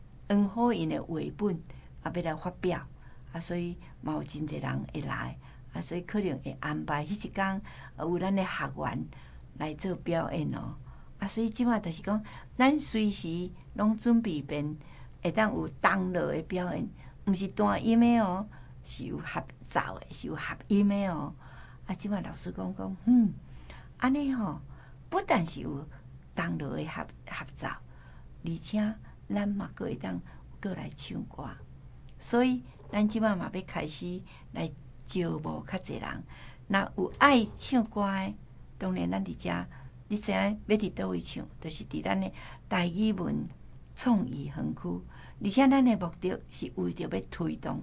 要来发表。所以嘛有真侪人会来，所以可能会安排迄一天有咱的学员来做表演哦。所以即马就是讲，咱随时拢准备便，会当有同乐的表演，毋是单音的哦，是有合奏的，是有合音的哦。即马老师讲，安尼吼，不但是有同乐的合奏，而且咱嘛阁会当过来唱歌。所以咱即马嘛要开始来招募较侪人，若有爱唱歌的，当然咱伫遮。你知影要伫倒位唱，就是伫咱的台语文创意园区，而且咱的目的是为着要推动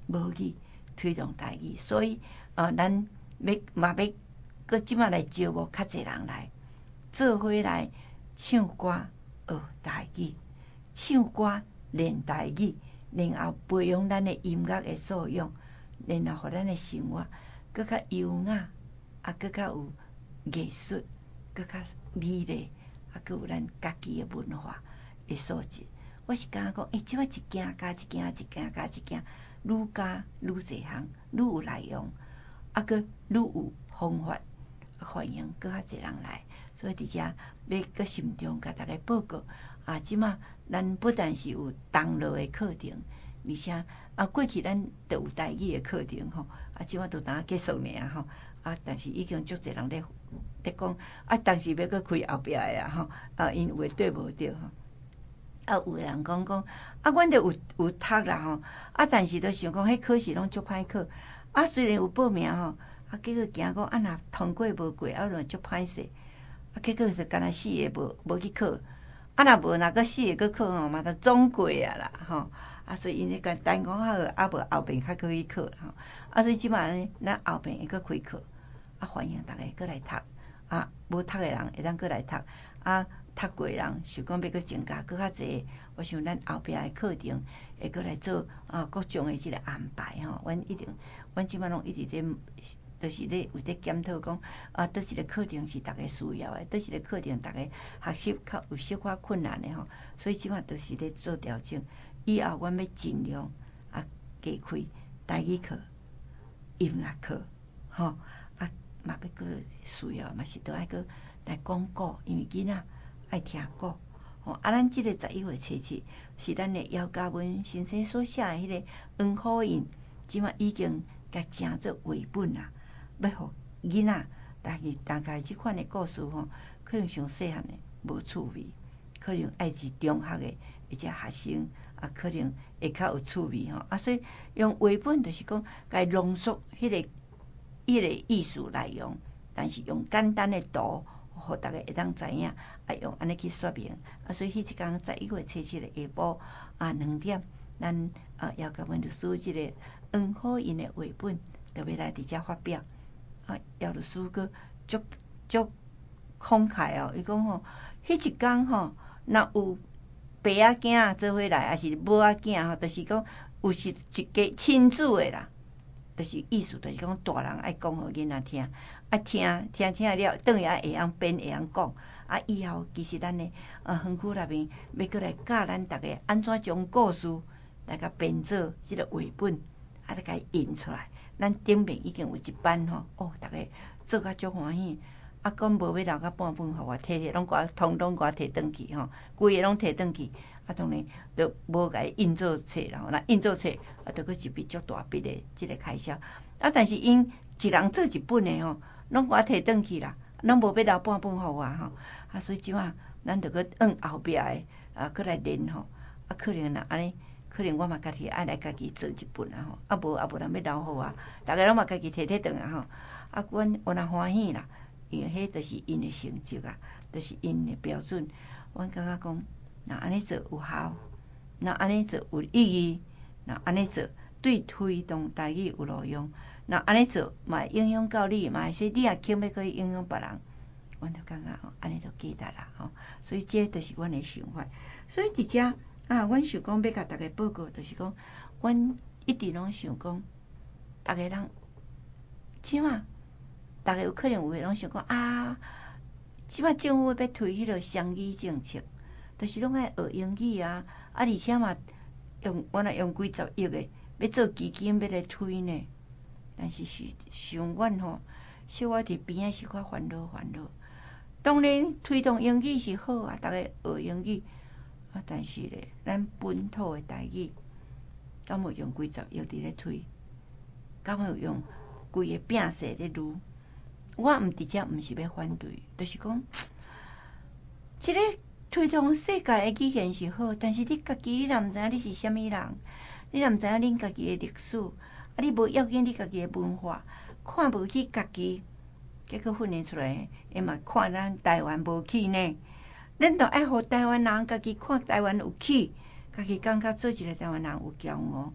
母语推动台语，所以咱嘛要搁即马来招募较侪人来做伙来唱歌学台语，唱歌练台语，然后培养咱的音乐的素养，然后互咱的生活搁较优雅，搁较有艺术，搁较美丽，搁有咱家己的文化的素质。我是感觉讲，即摆一件加一件，一件加一件，愈加愈侪项，愈有内容，搁愈有方法，欢迎搁较侪人来。所以伫遮要搁心中甲大家报告即马咱不但是有同路的课程，而且过去咱都有台语的课程吼，即马都当结束尔吼，但是已经足侪人咧讲，当时要搁开后壁的吼，因有诶对无着吼。有的人讲，阮着有读啦吼，但是着想讲，迄考试拢足歹考，虽然有报名吼，结果惊讲若通过无过，就足歹势，结果就干那死个无去考，若无搁死个去考吼，嘛着总过啊啦吼，所以因咧讲单讲好，无后边较去考啦吼，所以即摆咱后边会搁开课，欢迎大家搁来读，无读的人会当搁来读，读过的人想讲要搁增加搁较济，我想咱后壁的课程会搁来做各种的即个安排吼。阮即摆拢一直咧，就是咧有咧检讨讲倒一个课程是大家需要的，倒一个课程大家学习较有小可困难的吼。所以即摆都是咧做调整，以后阮要尽量加开台语课、音乐课吼，嘛要搁需要，嘛是都爱搁来讲古，因为囡仔爱听歌吼。咱即个11月初7是咱的姚嘉文先生所写的迄个《黄虎印》，即马已经甲成做绘本啦，要互囡仔大概即款的故事吼，可能上细汉的无趣味，可能爱是中学的或者学生可能会较有趣味吼。所以用绘本就是讲，甲浓缩迄个艺术内容，但是用简单的图，互大家会当知影，用安尼去说明。所以迄一天11月初7的下晡2點，咱姚嘉文律师即个黄虎印的绘本，就要来伫遮发表。姚律师佫足慷慨哦，伊讲吼，迄一天吼，若有爸仔囝做伙来，还是母仔囝吼，就是讲有是一家亲子的啦。就是意思，就是讲大人爱讲互囡仔听，听了，等于会晓编会晓讲。以后其实咱的园区内面要过来教咱逐个安怎将故事来甲编做即个绘本，来甲伊印出来。咱顶面已经有一班吼，逐个做甲足欢喜。讲无要留到半分，互我摕拢统统摕转去吼，规个拢摕转去。当然，就无甲伊印做册啦。若印做册，着佫一笔足大笔的即个开销。但是因一人做一本的吼，拢我摕转去啦，拢无要留半本互我吼。所以即马咱着佫后壁的佫来练吼。可能若安尼，可能我嘛家己爱来家己做一本啦吼。无人要留互我，逐个拢嘛家己摕转来吼。阮有若欢喜啦，因为迄就是因的成绩就是因的标准。阮感觉讲。若安尼做有效，若安尼做有意义，若安尼做对推动台语有路用，若安尼做嘛会影响到你，嘛会使你也肯要可以影响别人，阮就感觉安尼就记得啦吼。所以这就是阮的想法。所以伫遮阮想讲要甲大家报告，就是讲，阮一直拢想讲，逐个人，即马逐个有可能有诶拢想讲即马政府要推迄个双语政策。就是拢爱学英语而且嘛我若用几十亿的要做基金要来推呢，但是想阮吼，小我伫边仔是较烦恼。当然推动英语是好逐个学英语但是咧，咱本土的台语，敢有用几十亿伫咧推？敢有用规个摒势咧撸？我伫遮毋是要反对，就是讲，即个。推动世界的语言是好，但是你家己你若毋知影你是啥物人，你若毋知影恁家己的历史，你无要紧你家己的文化，看无起家己，结果训练出来，伊嘛看咱台湾无起呢。咱着爱互台湾人家己看台湾有起，家己感觉做一个台湾人有骄傲。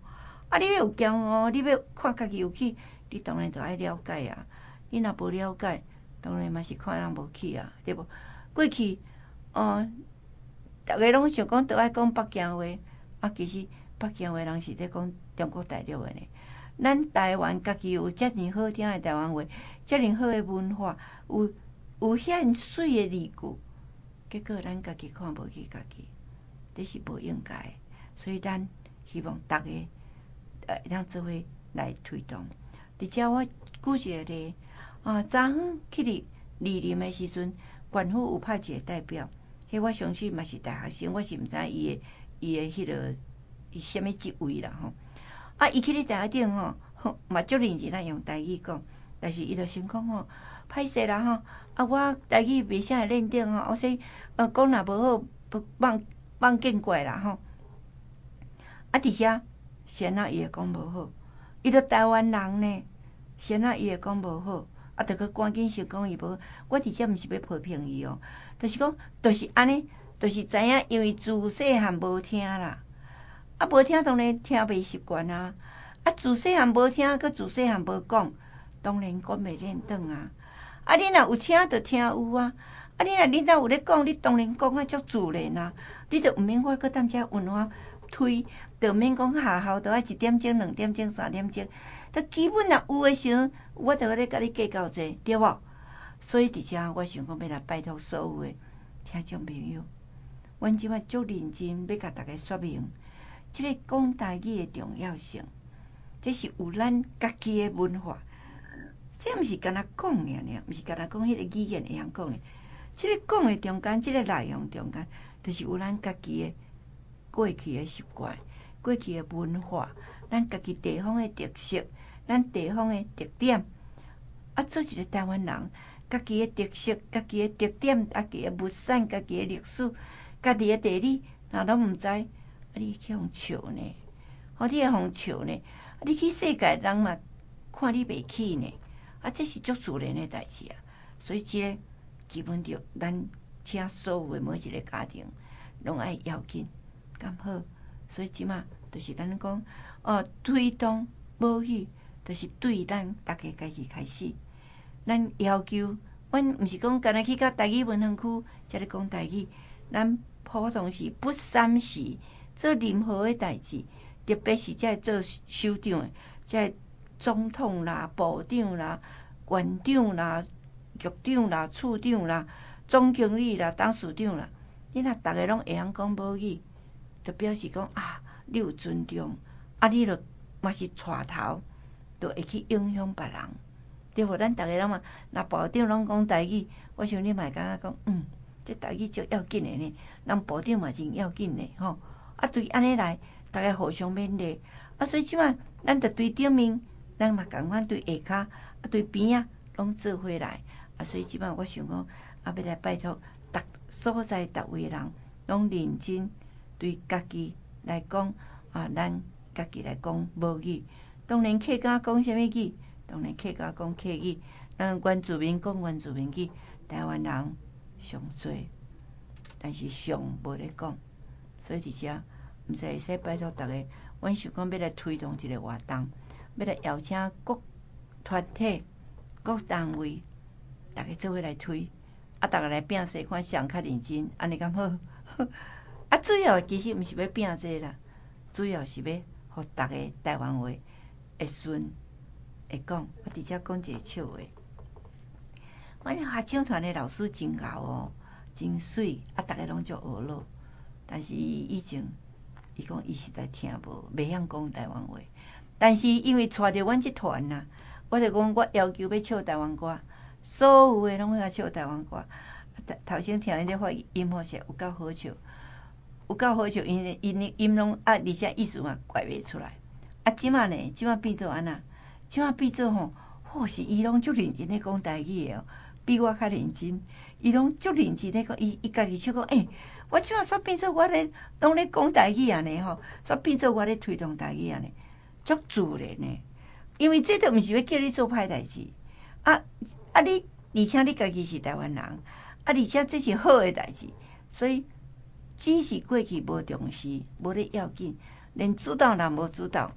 啊，你要有惊哦，你要看家己有去，你当然着爱了解啊。你若无了解，当然嘛是看人无去啊，对无？过去，逐个拢想讲，着爱讲北京话，啊，其实北京话人是咧讲中国大陆诶呢。咱台湾家己有遮尔好听诶台湾话，遮尔好诶文化，有遐水诶字句，结果咱家己看无去家己，这是无应该诶。所以咱希望逐个当做伙来推动。伫遮我举一个例，昨昏去伫莅临诶时阵，县府有派一个代表，迄我相信嘛是大学生，我是毋知伊诶迄落伊啥物职位啦吼。伊去咧台下顶吼，嘛足认真咱用台语讲，但是伊就先讲吼，歹势啦吼，我台语袂啥会认得吼，说讲若无好，忘见过啦吼。伫遮先伊会讲无好，伊都台湾人呢，先伊会讲无好，着去赶紧先讲伊无好。我伫遮毋是要批评伊哦，就是讲，就是安尼，就是知影，因为自细汉无听啦。无听当然听袂习惯啊！自细汉无听，佮自细汉无讲，当然讲袂认得啊！你若有听，就听有啊！你若领导有咧讲，你当然讲啊足自然啊！你着毋免我佮踮遮文化推，着毋免讲下校着爱1点钟、2点钟、3点钟，着基本若有诶时阵，我着咧甲你计较者，对无？所以伫遮我想讲要来拜托所有诶听众朋友，阮即摆足认真要甲大家说明。即个讲台语的重要性，这是有咱家己的文化，这毋是干那讲尔，毋是干那讲迄个语言会晓讲的。即个讲的中间，即个内容中间，就是有咱家己的过去的习惯、过去的文化，咱家己地方的特色，咱地方的特点。做一个台湾人，家己的特色、家己的特点、家己的物产、家己的历史、家己的地理，若拢毋知。你去互笑呢？你会互笑呢？你去世界人嘛看你袂起呢？这是足自然的代志啊！所以即个基本着咱请所有的每一个家庭拢爱要紧，咁好。所以即马就是咱讲推动母语，就是对咱大家家己开始。咱要求，阮毋是讲干那去到台语文化区才咧讲台语，咱普通时不三时。做任何的代志，特别是在做首长的，在总统啦、部长啦、县长啦、局长啦、处长啦、总经理啦、董事长啦，你若逐个拢会晓讲母语，就表示讲你有尊重，你就嘛是带头，就会去影响别人。对无？咱逐个拢嘛，若部长拢讲台语，我想你嘛会感觉讲，这台语足要紧的呢，人部长嘛真要紧的吼。对安尼来，大家互相勉励。所以即摆咱着对顶面，咱嘛共款对下骹，对边仔拢做伙来。所以即摆我想讲，要来拜托逐所在逐位人，拢认真对家己来讲，咱家己来讲母语。当然客家讲啥物语，当然客家讲客语，咱原住民讲原住民语，台湾人上多，但是上无咧讲。所以伫遮，毋知会使拜托逐个，阮想讲要来推动一个活动，要来邀请各团体、各单位，逐个做伙来推，逐个来拼势看谁较认真，安尼咁好。主要其实毋是要拼势啦，主要是要互逐个台湾话会顺会讲。我伫遮讲一个笑话，阮合唱团的老师真贤哦，真水，逐个拢足学咯。但是以前，伊讲伊实在听无，袂晓讲台湾话。但是因为带着阮即团呐，我就讲我要求要唱台湾歌，所有诶拢要唱台湾歌。头先听因咧发音好势有够好笑，有够好笑，因音拢而且意思嘛怪袂出来。即马呢，即马变做安那？即马变做吼，或是伊拢足认真咧讲台语诶哦，比我较认真。伊拢足认真咧讲，伊家己笑讲我即马煞变做我咧，拢咧讲台语安尼吼，煞变做我咧推动台语安尼，足自然呢。因为这都毋是要叫你做歹代志，你而且你家己是台湾人，而且这是好诶代志，所以只是过去无重视，无咧要紧，连主导人无主导，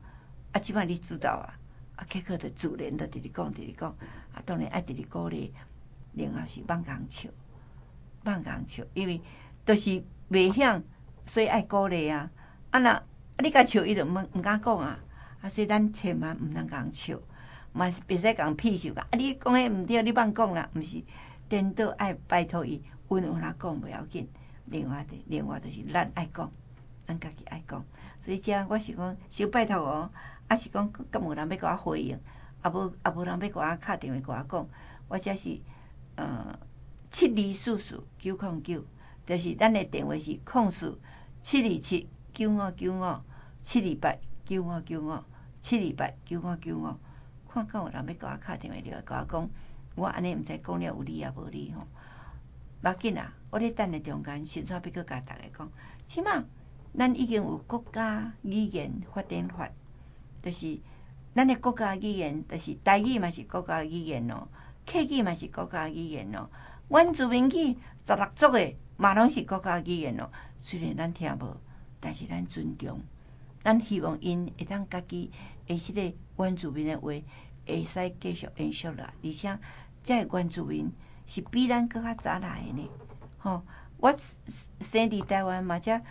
即摆你知道啊，结果就自然就直直讲，当然爱直直鼓励，然后是放工笑，因为都是袂晓，所以爱鼓励啊。若你甲笑，伊就毋敢讲啊。所以咱千万毋通共笑，嘛是别使共屁笑。你讲迄毋对，你莫讲啦，毋是颠倒爱拜托伊，温柔啦讲袂要紧。另外就是咱爱讲，咱家己爱讲。所以遮我是讲小拜托哦，是讲敢无人要甲我回应，无人要甲我敲电话甲我讲，我遮是7244-909，就是咱的电话是04-727-9595-728-9595-728-9595，看敢有人要甲我敲电话来甲我讲，我安尼毋知讲了有理也无理吼。无要紧啦，我咧等咧中间，先煞要阁甲大家讲，即马咱已经有国家语言发展法，就是咱的国家语言，就是台语嘛是国家语言咯，客语嘛是国家语言咯，原住民语16族的嘛拢是国家语言咯。虽然咱听无，但是咱尊重，咱希望因会当家己的迄个原住民的话会使继续延续啦。而且这原住民是比咱搁较早来的呢。吼，我生伫台湾嘛，才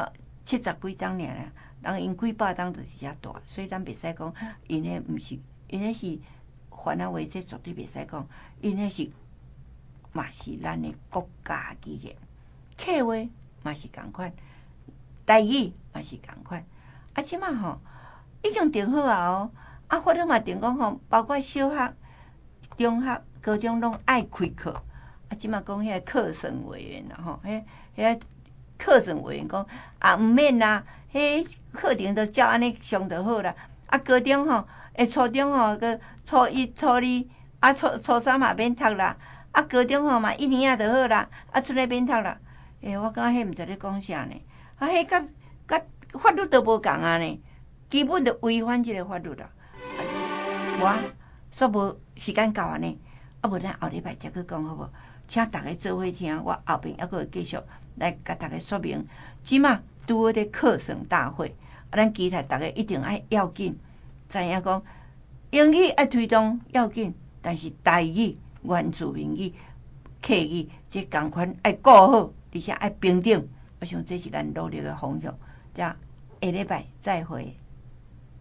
70几冬尔啦，人因几百冬就伫遮大，所以咱袂使讲因迄毋是，因迄是番仔话，这绝对袂使讲，因迄是嘛是咱的国家语言，客话嘛是共款，台语嘛是共款。即马吼已经定好啊哦，法律嘛定讲吼，包括小学、中学、高中拢爱开课。即马讲迄个课程委员啦吼，迄课程委员讲毋免啦，迄课程都照安尼上就好啦。高中吼，初中吼个初一、初二，初三嘛免读啦。高中吼嘛1年就好啦，出来免读啦。我感觉迄毋知咧讲啥呢？迄甲法律都无共啊呢，基本就违反即个法律啦。我煞无时间到安尼，无咱后礼拜再去讲好无？请大家做伙听，我后边还佫会继续来甲大家说明。即马拄好咧课程大会，咱期待大家一定爱要紧，知影讲英语爱推动要紧，但是台语、原住民语、客语这共款爱顾好，而且爱平等。我想这是咱努力的方向。下礼拜再会。